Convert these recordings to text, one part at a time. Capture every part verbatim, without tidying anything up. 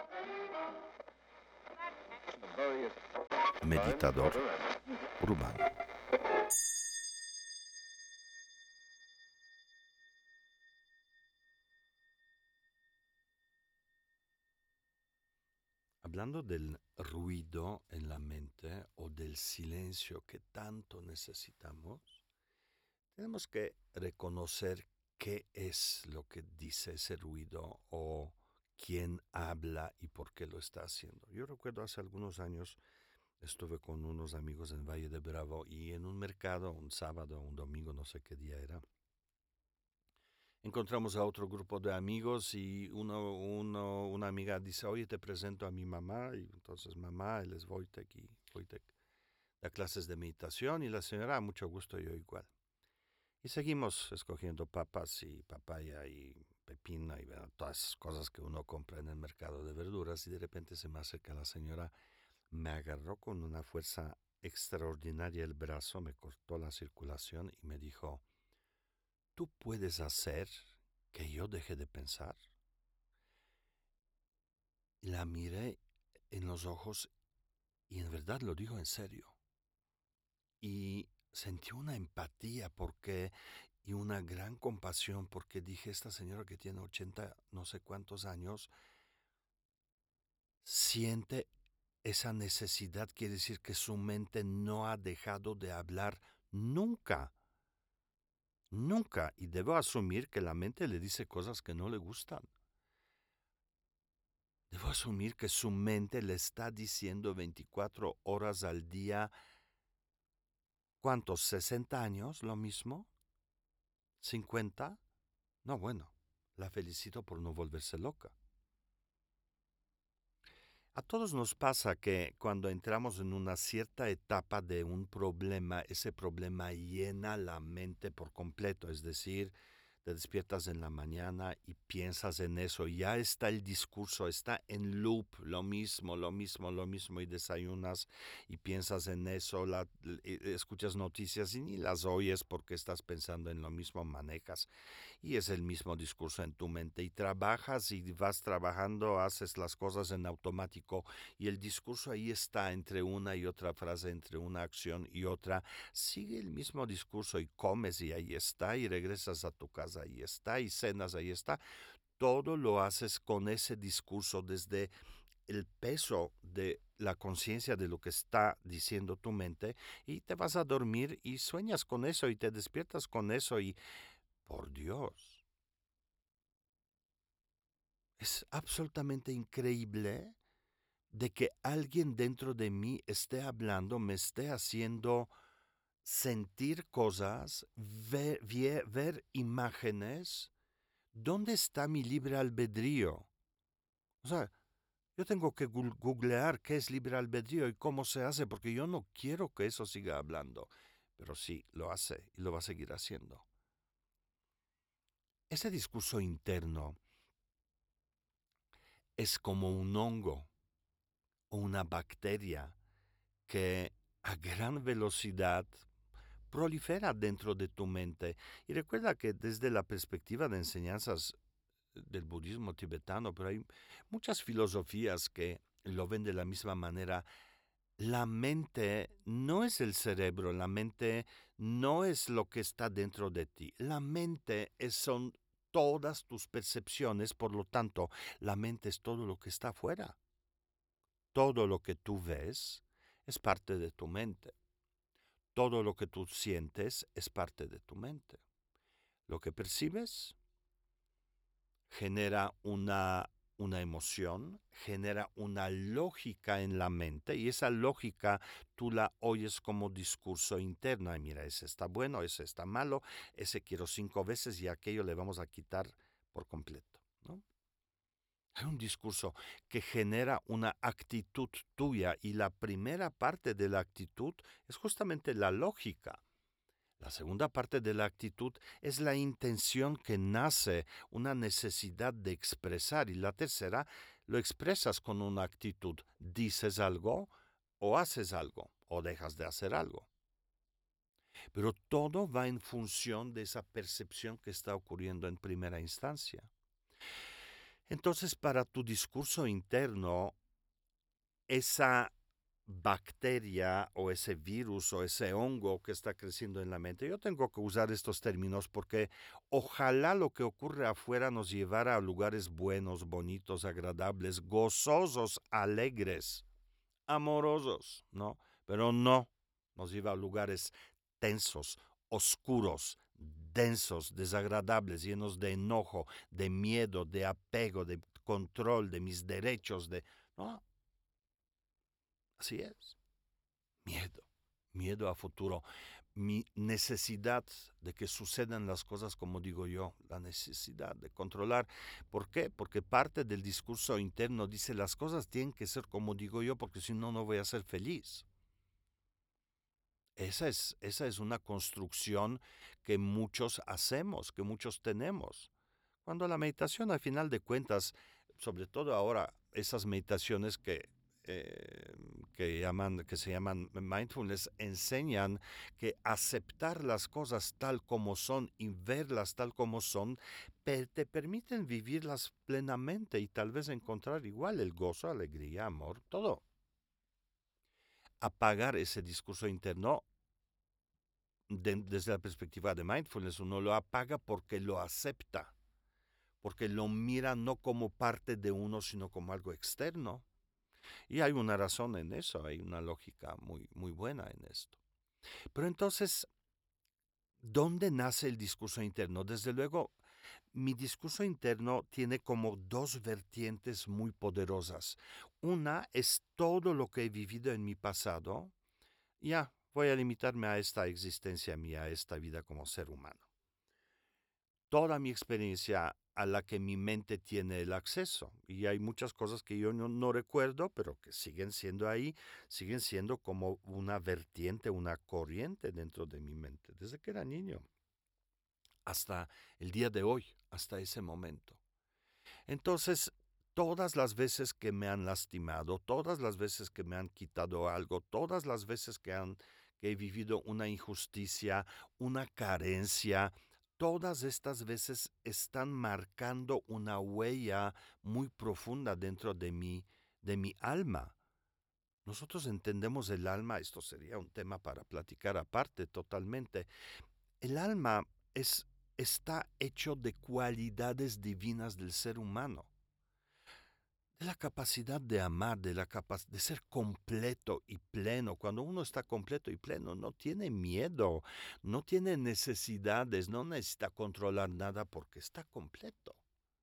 Meditador urbano. Hablando del ruido en la mente o del silencio que tanto necesitamos, tenemos que reconocer qué es lo que dice ese ruido o quién habla y por qué lo está haciendo. Yo recuerdo hace algunos años estuve con unos amigos en Valle de Bravo y en un mercado, un sábado, un domingo, no sé qué día era, encontramos a otro grupo de amigos y uno, uno, una amiga dice, oye, te presento a mi mamá. Y entonces mamá, él es Wojtek y Wojtek da clases de meditación y la señora, mucho gusto, yo igual. Y seguimos escogiendo papas y papaya y pepino y bueno, todas esas cosas que uno compra en el mercado de verduras y de repente se me acerca la señora, me agarró con una fuerza extraordinaria el brazo, me cortó la circulación y me dijo, ¿tú puedes hacer que yo deje de pensar? Y la miré en los ojos y en verdad lo dijo en serio. Y sentí una empatía porque y una gran compasión porque dije, esta señora que tiene ochenta no sé cuántos años, siente esa necesidad, quiere decir que su mente no ha dejado de hablar nunca, nunca. Y debo asumir que la mente le dice cosas que no le gustan. Debo asumir que su mente le está diciendo veinticuatro horas al día, ¿cuántos? ¿sesenta años? ¿Lo mismo? ¿cincuenta? No, bueno, la felicito por no volverse loca. A todos nos pasa que cuando entramos en una cierta etapa de un problema, ese problema llena la mente por completo, es decir, te despiertas en la mañana y piensas en eso, ya está el discurso, está en loop, lo mismo, lo mismo, lo mismo, y desayunas y piensas en eso, la, escuchas noticias y ni las oyes porque estás pensando en lo mismo, manejas y es el mismo discurso en tu mente y trabajas y vas trabajando, haces las cosas en automático y el discurso ahí está entre una y otra frase, entre una acción y otra, sigue el mismo discurso y comes y ahí está y regresas a tu casa, ahí está y cenas, ahí está, todo lo haces con ese discurso desde el peso de la conciencia de lo que está diciendo tu mente y te vas a dormir y sueñas con eso y te despiertas con eso y por Dios. Es absolutamente increíble de que alguien dentro de mí esté hablando, me esté haciendo sentir cosas, ver, ver, ver imágenes. ¿Dónde está mi libre albedrío? O sea, yo tengo que googlear qué es libre albedrío y cómo se hace, porque yo no quiero que eso siga hablando. Pero sí, lo hace y lo va a seguir haciendo. Ese discurso interno es como un hongo o una bacteria que a gran velocidad prolifera dentro de tu mente. Y recuerda que desde la perspectiva de enseñanzas del budismo tibetano, pero hay muchas filosofías que lo ven de la misma manera. La mente no es el cerebro, la mente no es lo que está dentro de ti. La mente es, son todas tus percepciones, por lo tanto, la mente es todo lo que está afuera. Todo lo que tú ves es parte de tu mente. Todo lo que tú sientes es parte de tu mente. Lo que percibes genera una, una emoción, genera una lógica en la mente y esa lógica tú la oyes como discurso interno. Ay, mira, ese está bueno, ese está malo, ese quiero cinco veces y aquello le vamos a quitar por completo, ¿no? Hay un discurso que genera una actitud tuya y la primera parte de la actitud es justamente la lógica. La segunda parte de la actitud es la intención que nace, una necesidad de expresar y la tercera lo expresas con una actitud. Dices algo o haces algo o dejas de hacer algo. Pero todo va en función de esa percepción que está ocurriendo en primera instancia. Entonces, para tu discurso interno, esa bacteria o ese virus o ese hongo que está creciendo en la mente, yo tengo que usar estos términos porque ojalá lo que ocurre afuera nos llevara a lugares buenos, bonitos, agradables, gozosos, alegres, amorosos, ¿no? Pero no, nos lleva a lugares tensos, oscuros, densos, desagradables, llenos de enojo, de miedo, de apego, de control, de mis derechos, de... No, así es. Miedo, miedo a futuro. Mi necesidad de que sucedan las cosas como digo yo, la necesidad de controlar. ¿Por qué? Porque parte del discurso interno dice las cosas tienen que ser como digo yo porque si no, no voy a ser feliz. Esa es, esa es una construcción que muchos hacemos, que muchos tenemos. Cuando la meditación, al final de cuentas, sobre todo ahora, esas meditaciones que, eh, que, llaman, que se llaman mindfulness, enseñan que aceptar las cosas tal como son y verlas tal como son, pe- te permiten vivirlas plenamente y tal vez encontrar igual el gozo, alegría, amor, todo. Apagar ese discurso interno de- desde la perspectiva de mindfulness, uno lo apaga porque lo acepta, porque lo mira no como parte de uno, sino como algo externo. Y hay una razón en eso, hay una lógica muy, muy buena en esto. Pero entonces, ¿dónde nace el discurso interno? Desde luego, mi discurso interno tiene como dos vertientes muy poderosas. Una es todo lo que he vivido en mi pasado. Ya, voy a limitarme a esta existencia mía, a esta vida como ser humano. Toda mi experiencia a la que mi mente tiene el acceso. Y hay muchas cosas que yo no, no recuerdo, pero que siguen siendo ahí, siguen siendo como una vertiente, una corriente dentro de mi mente, desde que era niño hasta el día de hoy, hasta ese momento. Entonces, todas las veces que me han lastimado, todas las veces que me han quitado algo, todas las veces que, han, que he vivido una injusticia, una carencia, todas estas veces están marcando una huella muy profunda dentro de mí, de mi alma. Nosotros entendemos el alma, esto sería un tema para platicar aparte totalmente. El alma es, está hecho de cualidades divinas del ser humano, de la capacidad de amar, de la capacidad de ser completo y pleno. Cuando uno está completo y pleno, no tiene miedo, no tiene necesidades, no necesita controlar nada porque está completo.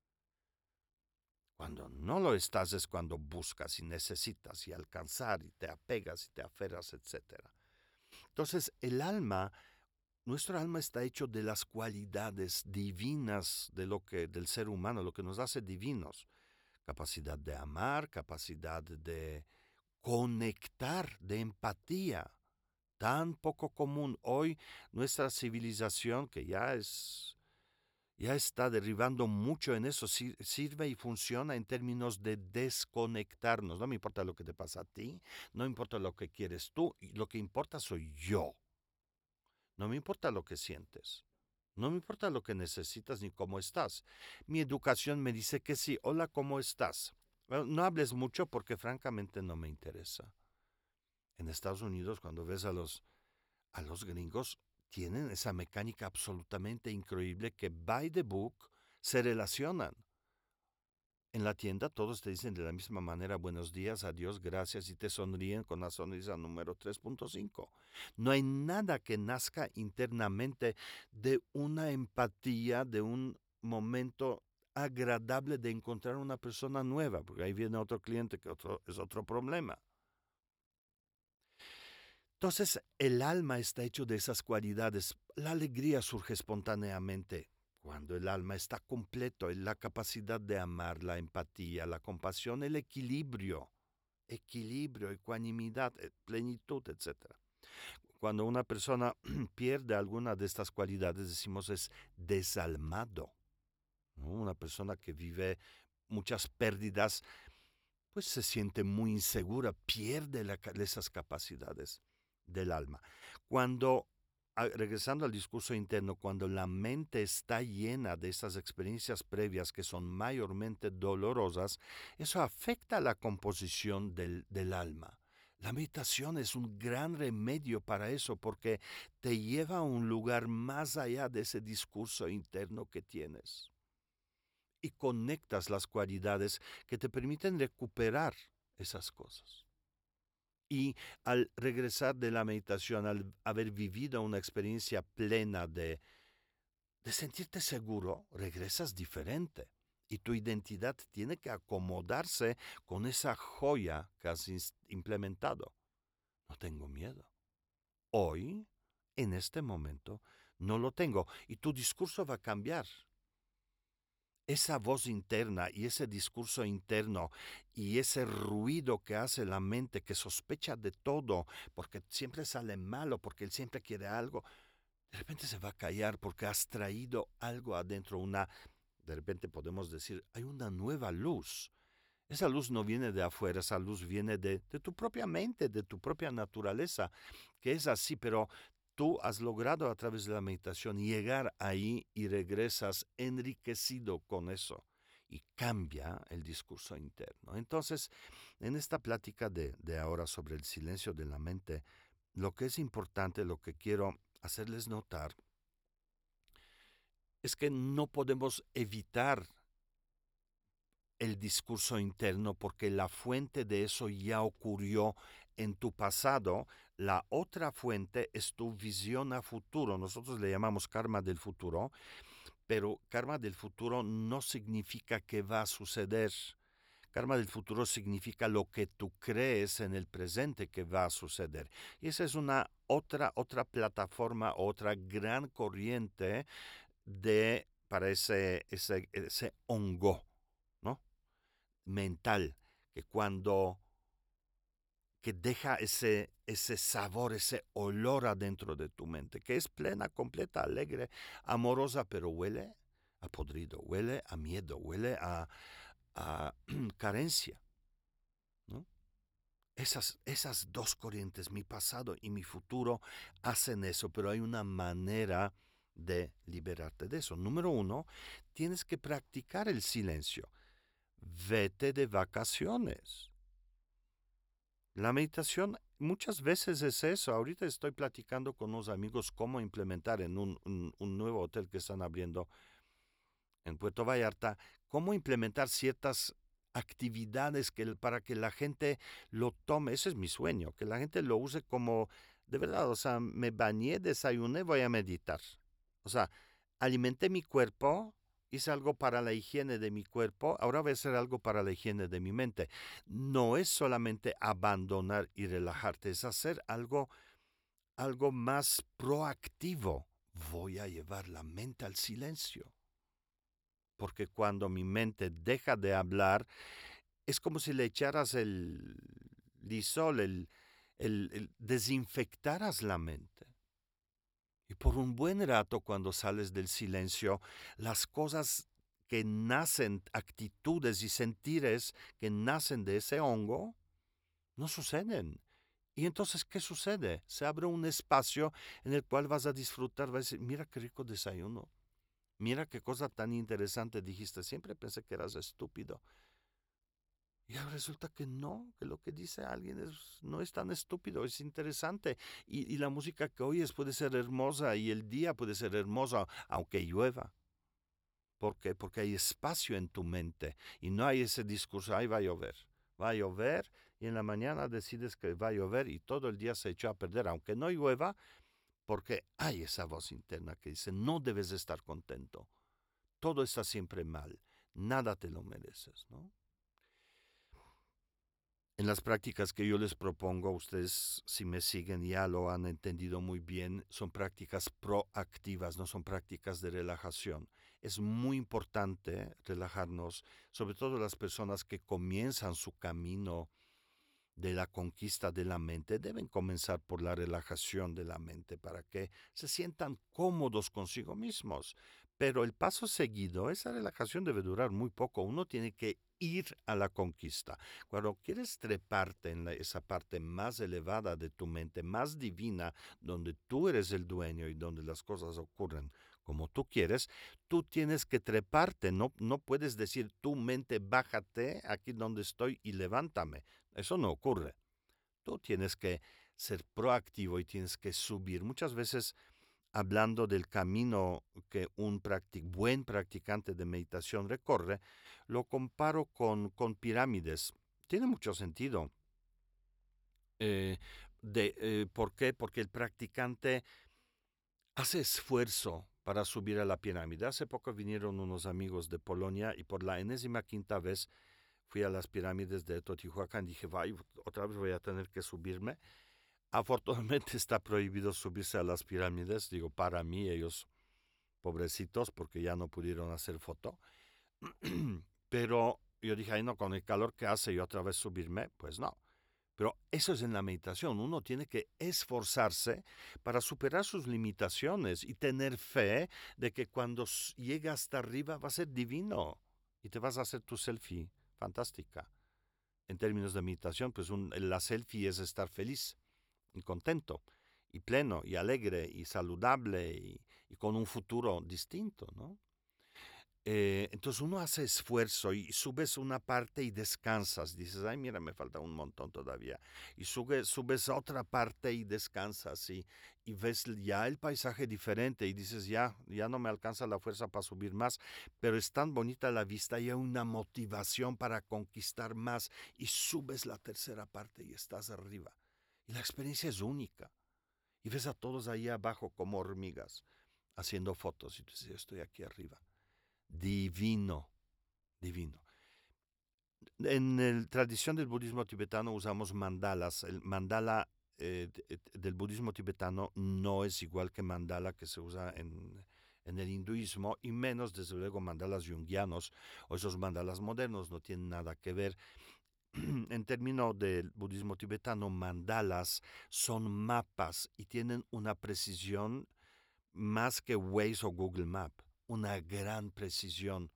Cuando no lo estás es cuando buscas y necesitas y alcanzar y te apegas y te aferras, etcétera. Entonces, el alma, nuestro alma está hecho de las cualidades divinas de lo que del ser humano, lo que nos hace divinos. Capacidad de amar, capacidad de conectar, de empatía, tan poco común. Hoy nuestra civilización, que ya es ya está derribando mucho en eso, sirve y funciona en términos de desconectarnos. No me importa lo que te pasa a ti, no importa lo que quieres tú, lo que importa soy yo. No me importa lo que sientes. No me importa lo que necesitas ni cómo estás. Mi educación me dice que sí. Hola, ¿cómo estás? Bueno, no hables mucho porque francamente no me interesa. En Estados Unidos, cuando ves a los, a los gringos, tienen esa mecánica absolutamente increíble que by the book se relacionan. En la tienda todos te dicen de la misma manera buenos días, adiós, gracias y te sonríen con la sonrisa número tres punto cinco. No hay nada que nazca internamente de una empatía, de un momento agradable de encontrar una persona nueva, porque ahí viene otro cliente que otro, es otro problema. Entonces, el alma está hecho de esas cualidades. La alegría surge espontáneamente cuando el alma está completo, en la capacidad de amar, la empatía, la compasión, el equilibrio, equilibrio, ecuanimidad, eh, plenitud, etcétera. Cuando una persona pierde alguna de estas cualidades, decimos es desalmado, ¿no? Una persona que vive muchas pérdidas, pues se siente muy insegura, pierde la, esas capacidades del alma. Cuando a- regresando al discurso interno, cuando la mente está llena de esas experiencias previas que son mayormente dolorosas, eso afecta la composición del, del alma. La meditación es un gran remedio para eso porque te lleva a un lugar más allá de ese discurso interno que tienes y conectas las cualidades que te permiten recuperar esas cosas. Y al regresar de la meditación, al haber vivido una experiencia plena de, de sentirte seguro, regresas diferente. Y tu identidad tiene que acomodarse con esa joya que has ins- implementado. No tengo miedo. Hoy, en este momento, no lo tengo. Y tu discurso va a cambiar. Esa voz interna y ese discurso interno y ese ruido que hace la mente que sospecha de todo, porque siempre sale malo, porque él siempre quiere algo, de repente se va a callar porque has traído algo adentro, una, de repente podemos decir, hay una nueva luz. Esa luz no viene de afuera, esa luz viene de, de tu propia mente, de tu propia naturaleza, que es así, pero tú has logrado a través de la meditación llegar ahí y regresas enriquecido con eso y cambia el discurso interno. Entonces, en esta plática de, de ahora sobre el silencio de la mente, lo que es importante, lo que quiero hacerles notar, es que no podemos evitar el discurso interno porque la fuente de eso ya ocurrió en tu pasado. La otra fuente es tu visión a futuro. Nosotros le llamamos karma del futuro, pero karma del futuro no significa que va a suceder. Karma del futuro significa lo que tú crees en el presente que va a suceder. Y esa es una otra, otra plataforma, otra gran corriente de, para ese, ese, ese hongo, ¿no? Mental, que cuando que deja ese, ese sabor, ese olor adentro de tu mente, que es plena, completa, alegre, amorosa, pero huele a podrido, huele a miedo, huele a, a carencia, ¿no? Esas, esas dos corrientes, mi pasado y mi futuro, hacen eso, pero hay una manera de liberarte de eso. Número uno, tienes que practicar el silencio. Vete de vacaciones. La meditación muchas veces es eso. Ahorita estoy platicando con unos amigos cómo implementar en un, un, un nuevo hotel que están abriendo en Puerto Vallarta, cómo implementar ciertas actividades que, para que la gente lo tome. Ese es mi sueño, que la gente lo use como, de verdad, o sea, me bañé, desayuné, voy a meditar. O sea, alimenté mi cuerpo, hice algo para la higiene de mi cuerpo, ahora voy a hacer algo para la higiene de mi mente. No es solamente abandonar y relajarte, es hacer algo, algo más proactivo. Voy a llevar la mente al silencio. Porque cuando mi mente deja de hablar, es como si le echaras el lisol, el, el, el desinfectaras la mente. Y por un buen rato, cuando sales del silencio, las cosas que nacen, actitudes y sentires que nacen de ese hongo, no suceden. Y entonces, ¿qué sucede? Se abre un espacio en el cual vas a disfrutar, vas a decir, mira qué rico desayuno, mira qué cosa tan interesante dijiste, siempre pensé que eras estúpido. Y ahora resulta que no, que lo que dice alguien es, no es tan estúpido, es interesante. Y, y la música que oyes puede ser hermosa y el día puede ser hermoso, aunque llueva. ¿Por qué? Porque hay espacio en tu mente y no hay ese discurso, ahí va a llover. Va a llover y en la mañana decides que va a llover y todo el día se echó a perder, aunque no llueva, porque hay esa voz interna que dice, no debes estar contento, todo está siempre mal, nada te lo mereces, ¿no? En las prácticas que yo les propongo, ustedes si me siguen ya lo han entendido muy bien, son prácticas proactivas, no son prácticas de relajación. Es muy importante relajarnos, sobre todo las personas que comienzan su camino de la conquista de la mente, deben comenzar por la relajación de la mente para que se sientan cómodos consigo mismos. Pero el paso seguido, esa relajación debe durar muy poco. Uno tiene que ir a la conquista. Cuando quieres treparte en la- esa parte más elevada de tu mente, más divina, donde tú eres el dueño y donde las cosas ocurren como tú quieres, tú tienes que treparte. No, no puedes decir, tu mente, bájate aquí donde estoy y levántame. Eso no ocurre. Tú tienes que ser proactivo y tienes que subir. Muchas veces, hablando del camino que un practic- buen practicante de meditación recorre, lo comparo con, con pirámides. Tiene mucho sentido. Eh, de, eh, ¿Por qué? Porque el practicante hace esfuerzo para subir a la pirámide. Hace poco vinieron unos amigos de Polonia y por la enésima quinta vez fui a las pirámides de Teotihuacán. Dije, vaya, otra vez voy a tener que subirme. Afortunadamente está prohibido subirse a las pirámides, digo, para mí, ellos pobrecitos, porque ya no pudieron hacer foto. Pero yo dije, ay no, con el calor que hace yo otra vez subirme, pues no. Pero eso es en la meditación, uno tiene que esforzarse para superar sus limitaciones y tener fe de que cuando llegue hasta arriba va a ser divino y te vas a hacer tu selfie fantástica. En términos de meditación, pues un, la selfie es estar feliz y contento y pleno y alegre y saludable y, y con un futuro distinto, ¿no? Eh, entonces uno hace esfuerzo y subes una parte y descansas. Dices, ay, mira, me falta un montón todavía. Y sube, subes a otra parte y descansas y, y ves ya el paisaje diferente y dices, ya, ya no me alcanza la fuerza para subir más, pero es tan bonita la vista y hay una motivación para conquistar más y subes la tercera parte y estás arriba. Y la experiencia es única. Y ves a todos ahí abajo como hormigas haciendo fotos y tú dices, yo estoy aquí arriba. Divino, divino. En la tradición del budismo tibetano usamos mandalas. El mandala eh, del budismo tibetano no es igual que mandala que se usa en, en el hinduismo, y menos, desde luego, mandalas junguianos o esos mandalas modernos, no tienen nada que ver. En términos del budismo tibetano, mandalas son mapas y tienen una precisión más que Waze o Google Map, una gran precisión.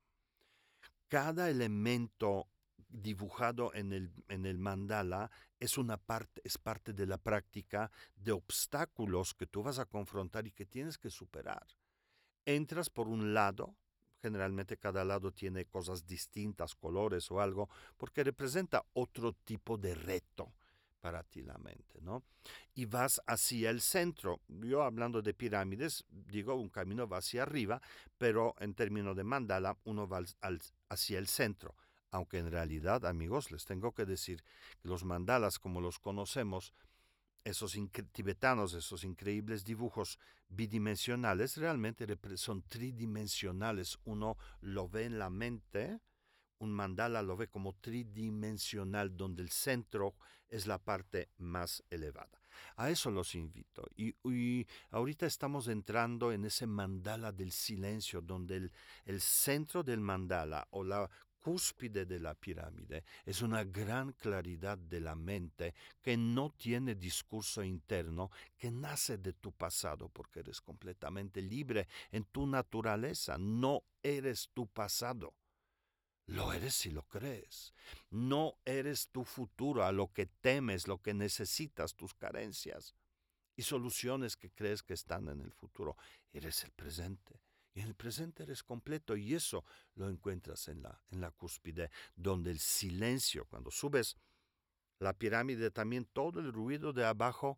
Cada elemento dibujado en el, en el mandala es una parte, es parte de la práctica de obstáculos que tú vas a confrontar y que tienes que superar. Entras por un lado, generalmente cada lado tiene cosas distintas, colores o algo, porque representa otro tipo de reto para ti la mente, ¿no? Y vas hacia el centro. Yo, hablando de pirámides, digo, un camino va hacia arriba, pero en términos de mandala, uno va al, al, hacia el centro. Aunque en realidad, amigos, les tengo que decir que los mandalas, como los conocemos, esos tibetanos, esos increíbles dibujos bidimensionales, realmente son tridimensionales. Uno lo ve en la mente, un mandala lo ve como tridimensional, donde el centro es la parte más elevada. A eso los invito. Y, y ahorita estamos entrando en ese mandala del silencio, donde el, el centro del mandala o la cúspide de la pirámide es una gran claridad de la mente que no tiene discurso interno, que nace de tu pasado, porque eres completamente libre en tu naturaleza. No eres tu pasado. Lo eres si lo crees. No eres tu futuro, a lo que temes, lo que necesitas, tus carencias y soluciones que crees que están en el futuro. Eres el presente. Y en el presente eres completo, y eso lo encuentras en la, en la cúspide, donde el silencio, cuando subes la pirámide, también todo el ruido de abajo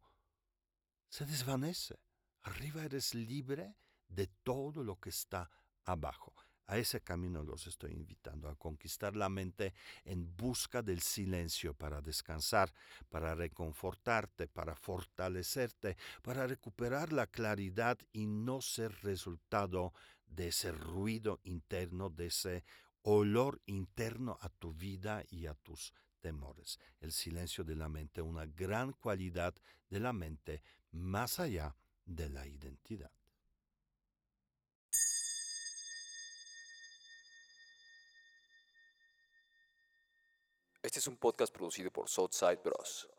se desvanece. Arriba eres libre de todo lo que está abajo. A ese camino los estoy invitando, a conquistar la mente en busca del silencio, para descansar, para reconfortarte, para fortalecerte, para recuperar la claridad y no ser resultado de ese ruido interno, de ese olor interno a tu vida y a tus temores. El silencio de la mente, una gran cualidad de la mente más allá de la identidad. Este es un podcast producido por Southside Bros.